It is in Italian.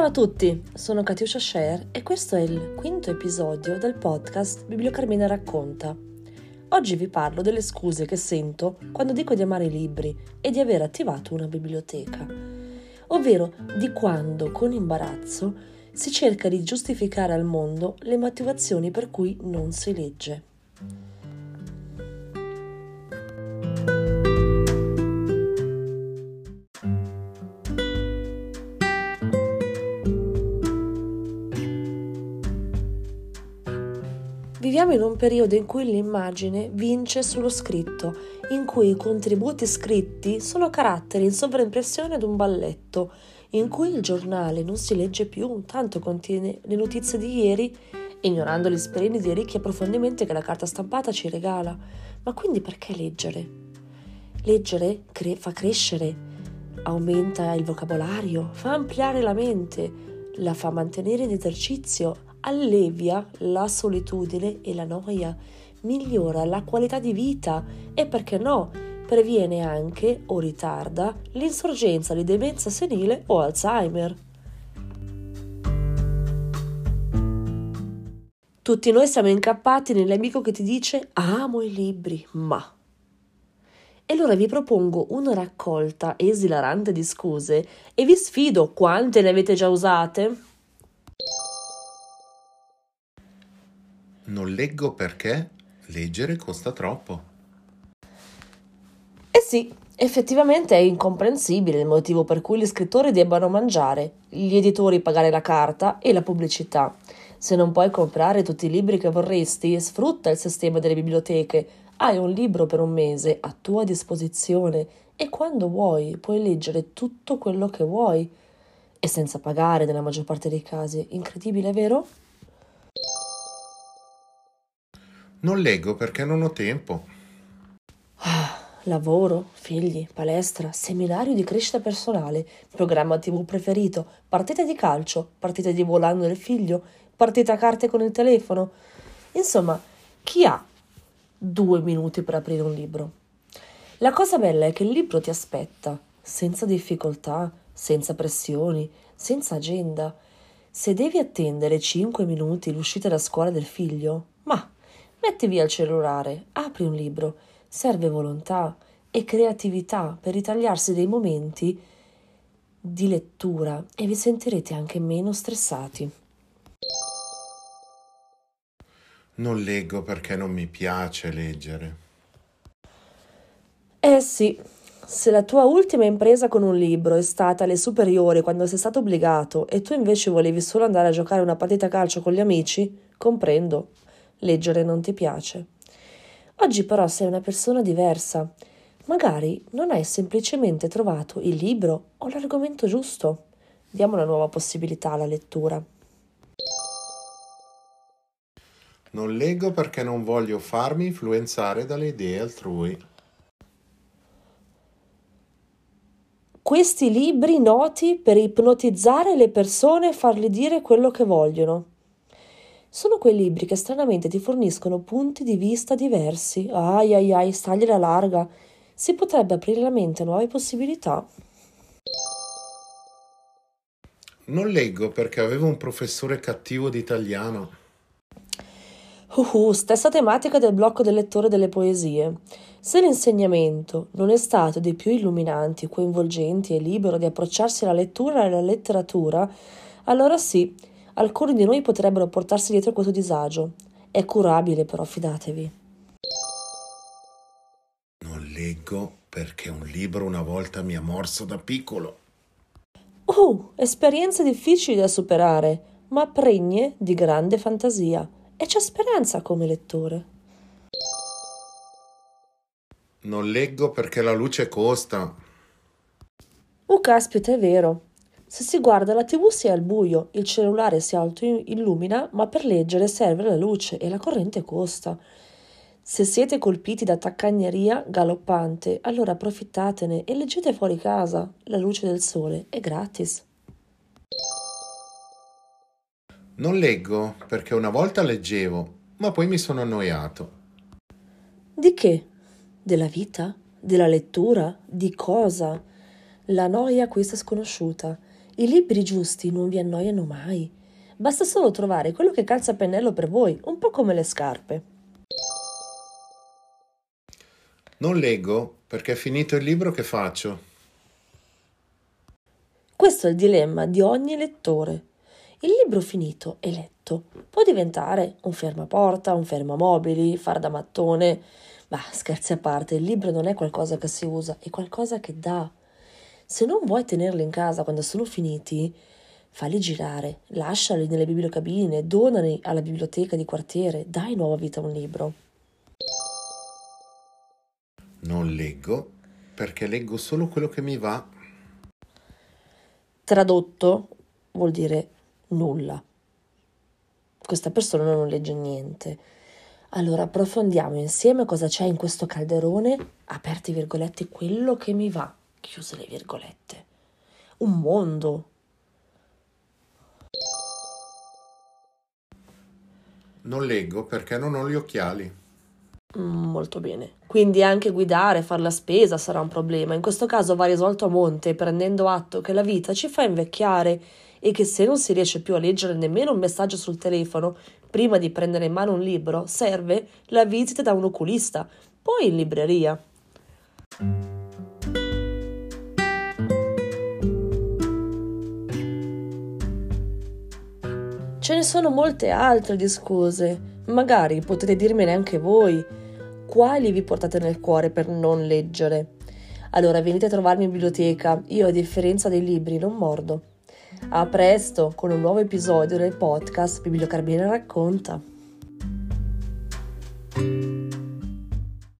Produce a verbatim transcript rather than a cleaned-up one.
Ciao a tutti, sono Katiuscia Sher e questo è il quinto episodio del podcast Bibliocarmina racconta. Oggi vi parlo delle scuse che sento quando dico di amare i libri e di aver attivato una biblioteca, ovvero di quando, con imbarazzo, si cerca di giustificare al mondo le motivazioni per cui non si legge. Viviamo in un periodo in cui l'immagine vince sullo scritto, in cui i contributi scritti sono caratteri in sovraimpressione ad un balletto, in cui il giornale non si legge più, tanto contiene le notizie di ieri, ignorando gli splendidi di ricchi approfondimenti che la carta stampata ci regala. Ma quindi perché leggere? Leggere cre- fa crescere, aumenta il vocabolario, fa ampliare la mente, la fa mantenere in esercizio, allevia la solitudine e la noia, migliora la qualità di vita e, perché no, previene anche o ritarda l'insorgenza di demenza senile o Alzheimer. Tutti noi siamo incappati nell'amico che ti dice amo i libri, ma... E allora vi propongo una raccolta esilarante di scuse e vi sfido: quante ne avete già usate? Non leggo perché leggere costa troppo. Eh sì, effettivamente è incomprensibile il motivo per cui gli scrittori debbano mangiare, gli editori pagare la carta e la pubblicità. Se non puoi comprare tutti i libri che vorresti, sfrutta il sistema delle biblioteche. Hai un libro per un mese a tua disposizione e quando vuoi puoi leggere tutto quello che vuoi. E senza pagare nella maggior parte dei casi. Incredibile, vero? Non leggo perché non ho tempo. Lavoro, figli, palestra, seminario di crescita personale, programma tivù preferito, partite di calcio, partite di volano del figlio, partite a carte con il telefono. Insomma, chi ha due minuti per aprire un libro? La cosa bella è che il libro ti aspetta, senza difficoltà, senza pressioni, senza agenda. Se devi attendere cinque minuti l'uscita da scuola del figlio, ma metti via il cellulare, apri un libro. Serve volontà e creatività per ritagliarsi dei momenti di lettura e vi sentirete anche meno stressati. Non leggo perché non mi piace leggere. Eh sì, se la tua ultima impresa con un libro è stata alle superiori quando sei stato obbligato e tu invece volevi solo andare a giocare una partita a calcio con gli amici, comprendo, leggere non ti piace. Oggi però sei una persona diversa. Magari non hai semplicemente trovato il libro o l'argomento giusto. Diamo una nuova possibilità alla lettura. Non leggo perché non voglio farmi influenzare dalle idee altrui. Questi libri noti per ipnotizzare le persone e fargli dire quello che vogliono. Sono quei libri che stranamente ti forniscono punti di vista diversi. Ai ai ai, stagliela larga. Si potrebbe aprire la mente a nuove possibilità. Non leggo perché avevo un professore cattivo di italiano. Uh, stessa tematica del blocco del lettore delle poesie. Se l'insegnamento non è stato dei più illuminanti, coinvolgenti e libero di approcciarsi alla lettura e alla letteratura, allora sì, alcuni di noi potrebbero portarsi dietro questo disagio. È curabile, però, fidatevi. Non leggo perché un libro una volta mi ha morso da piccolo. Uh, esperienze difficili da superare, ma pregne di grande fantasia. E c'è speranza come lettore. Non leggo perché la luce costa. Uh, caspita, è vero. Se si guarda la tivù si è al buio, il cellulare si autoillumina, ma per leggere serve la luce e la corrente costa. Se siete colpiti da taccagneria galoppante, allora approfittatene e leggete fuori casa. La luce del sole è gratis. Non leggo perché una volta leggevo, ma poi mi sono annoiato. Di che? Della vita? Della lettura? Di cosa? La noia a questa sconosciuta. I libri giusti non vi annoiano mai. Basta solo trovare quello che calza a pennello per voi, un po' come le scarpe. Non leggo perché è finito il libro che faccio. Questo è il dilemma di ogni lettore. Il libro finito e letto può diventare un fermaporta, un fermamobili, far da mattone. Ma scherzi a parte, il libro non è qualcosa che si usa, è qualcosa che dà. Se non vuoi tenerli in casa quando sono finiti, falli girare, lasciali nelle bibliocabine, donali alla biblioteca di quartiere, dai nuova vita a un libro. Non leggo perché leggo solo quello che mi va. Tradotto vuol dire nulla. Questa persona non legge niente. Allora approfondiamo insieme cosa c'è in questo calderone, aperte virgolette, quello che mi va, chiuse le virgolette. Un mondo. Non leggo perché non ho gli occhiali. Mm, molto bene. Quindi anche guidare, fare la spesa sarà un problema. In questo caso va risolto a monte, prendendo atto che la vita ci fa invecchiare e che se non si riesce più a leggere nemmeno un messaggio sul telefono, prima di prendere in mano un libro, serve la visita da un oculista, poi in libreria. Ce ne sono molte altre di scuse. Magari potete dirmene anche voi. Quali vi portate nel cuore per non leggere? Allora venite a trovarmi in biblioteca, io a differenza dei libri non mordo. A presto con un nuovo episodio del podcast Bibliocarbina racconta.